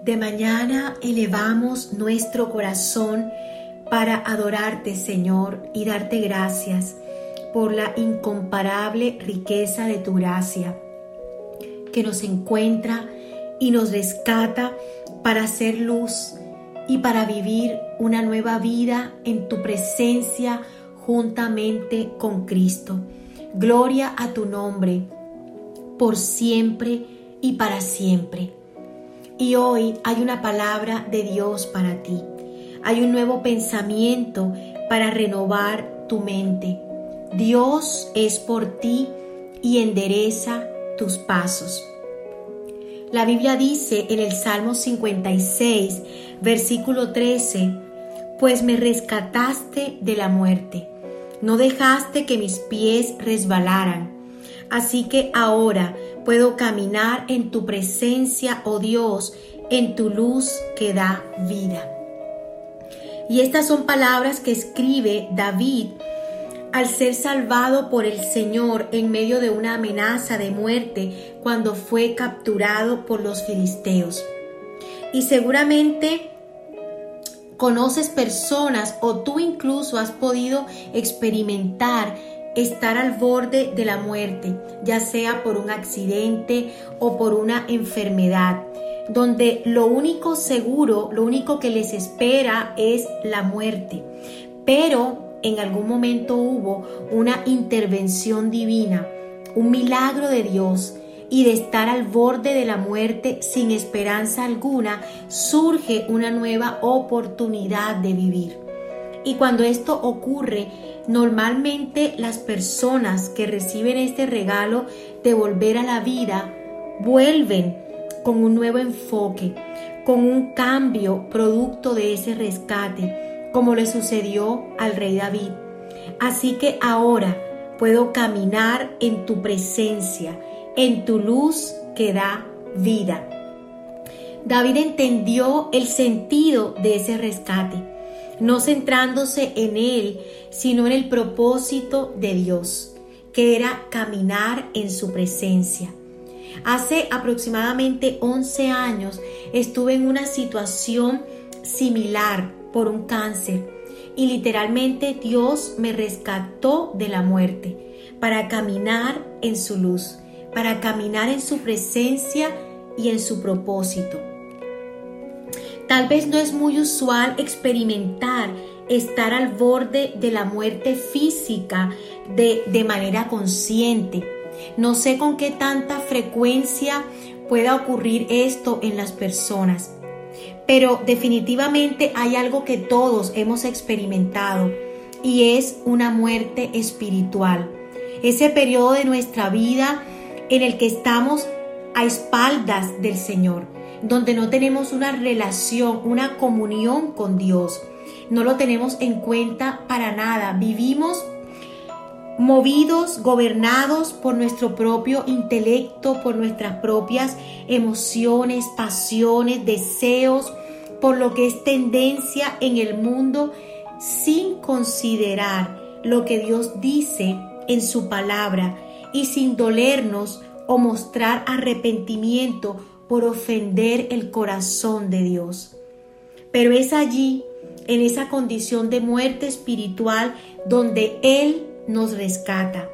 De mañana elevamos nuestro corazón para adorarte, Señor, y darte gracias por la incomparable riqueza de tu gracia, que nos encuentra y nos rescata para hacer luz y para vivir una nueva vida en tu presencia juntamente con Cristo. Gloria a tu nombre, por siempre y para siempre. Y hoy hay una palabra de Dios para ti. Hay un nuevo pensamiento para renovar tu mente. Dios es por ti y endereza tus pasos. La Biblia dice en el Salmo 56, versículo 13, pues me rescataste de la muerte, no dejaste que mis pies resbalaran. Así que ahora puedo caminar en tu presencia, oh Dios, en tu luz que da vida. Y estas son palabras que escribe David al ser salvado por el Señor en medio de una amenaza de muerte cuando fue capturado por los filisteos. Y seguramente conoces personas o tú incluso has podido experimentar estar al borde de la muerte, ya sea por un accidente o por una enfermedad, donde lo único seguro, lo único que les espera es la muerte. Pero en algún momento hubo una intervención divina, un milagro de Dios, y de estar al borde de la muerte sin esperanza alguna, surge una nueva oportunidad de vivir. Y cuando esto ocurre, normalmente las personas que reciben este regalo de volver a la vida vuelven con un nuevo enfoque, con un cambio producto de ese rescate, como le sucedió al rey David. Así que ahora puedo caminar en tu presencia, en tu luz que da vida. David entendió el sentido de ese rescate, no centrándose en él, sino en el propósito de Dios, que era caminar en su presencia. Hace aproximadamente 11 años estuve en una situación similar por un cáncer y literalmente Dios me rescató de la muerte para caminar en su luz, para caminar en su presencia y en su propósito. Tal vez no es muy usual experimentar estar al borde de la muerte física de manera consciente. No sé con qué tanta frecuencia pueda ocurrir esto en las personas, pero definitivamente hay algo que todos hemos experimentado y es una muerte espiritual. Ese periodo de nuestra vida en el que estamos a espaldas del Señor, donde no tenemos una relación, una comunión con Dios. No lo tenemos en cuenta para nada. Vivimos movidos, gobernados por nuestro propio intelecto, por nuestras propias emociones, pasiones, deseos, por lo que es tendencia en el mundo, sin considerar lo que Dios dice en su palabra y sin dolernos o mostrar arrepentimiento por ofender el corazón de Dios. Pero es allí, en esa condición de muerte espiritual, donde Él nos rescata,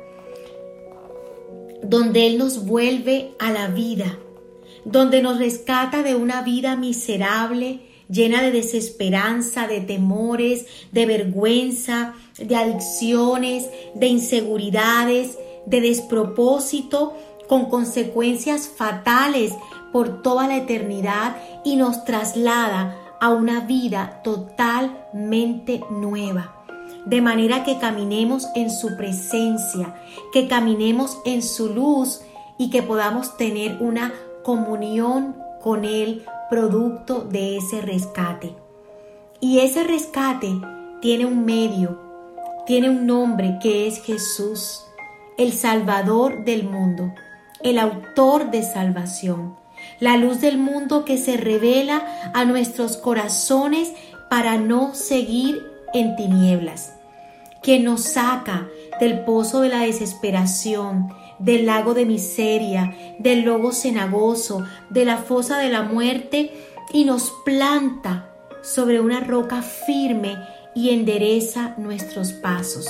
donde Él nos vuelve a la vida, donde nos rescata de una vida miserable, llena de desesperanza, de temores, de vergüenza, de adicciones, de inseguridades, de despropósito, con consecuencias fatales por toda la eternidad, y nos traslada a una vida totalmente nueva, de manera que caminemos en su presencia, que caminemos en su luz y que podamos tener una comunión con Él, producto de ese rescate. Y ese rescate tiene un medio, tiene un nombre, que es Jesús, el Salvador del mundo, el autor de salvación, la luz del mundo que se revela a nuestros corazones para no seguir en tinieblas, quien nos saca del pozo de la desesperación, del lago de miseria, del lobo cenagoso, de la fosa de la muerte, y nos planta sobre una roca firme y endereza nuestros pasos.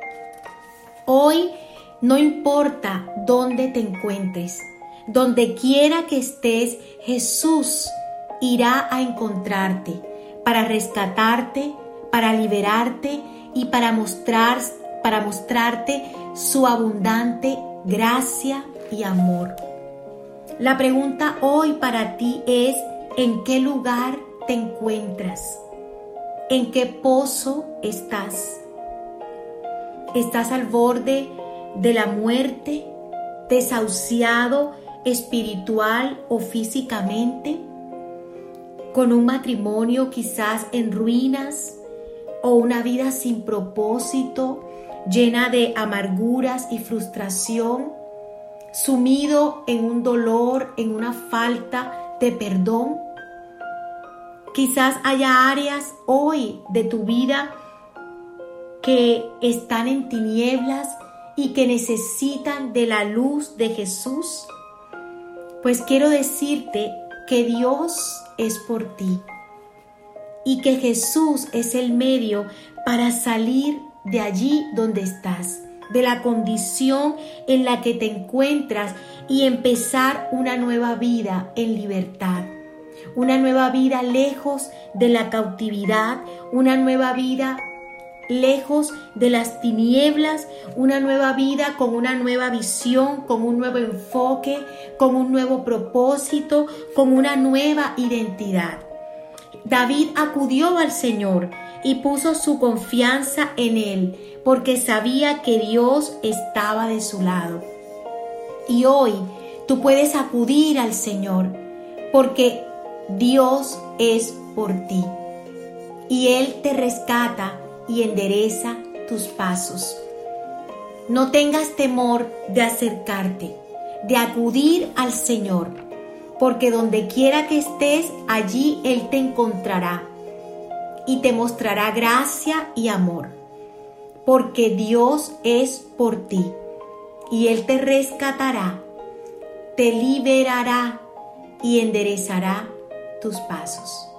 Hoy no importa dónde te encuentres, donde quiera que estés, Jesús irá a encontrarte para rescatarte, para liberarte y para mostrarte su abundante gracia y amor. La pregunta hoy para ti es: ¿en qué lugar te encuentras? ¿En qué pozo estás? ¿Estás al borde de la muerte, desahuciado espiritual o físicamente? ¿Con un matrimonio quizás en ruinas o una vida sin propósito, llena de amarguras y frustración, sumido en un dolor, en una falta de perdón? Quizás haya áreas hoy de tu vida que están en tinieblas y que necesitan de la luz de Jesús. Pues quiero decirte que Dios es por ti y que Jesús es el medio para salir de allí donde estás, de la condición en la que te encuentras y empezar una nueva vida en libertad, una nueva vida lejos de la cautividad, una nueva vida lejos de las tinieblas, una nueva vida con una nueva visión, con un nuevo enfoque, con un nuevo propósito, con una nueva identidad. David acudió al Señor y puso su confianza en Él, porque sabía que Dios estaba de su lado. Y hoy tú puedes acudir al Señor, porque Dios es por ti. Y Él te rescata y endereza tus pasos. No tengas temor de acercarte, de acudir al Señor, porque donde quiera que estés, allí Él te encontrará y te mostrará gracia y amor, porque Dios es por ti y Él te rescatará, te liberará y enderezará tus pasos.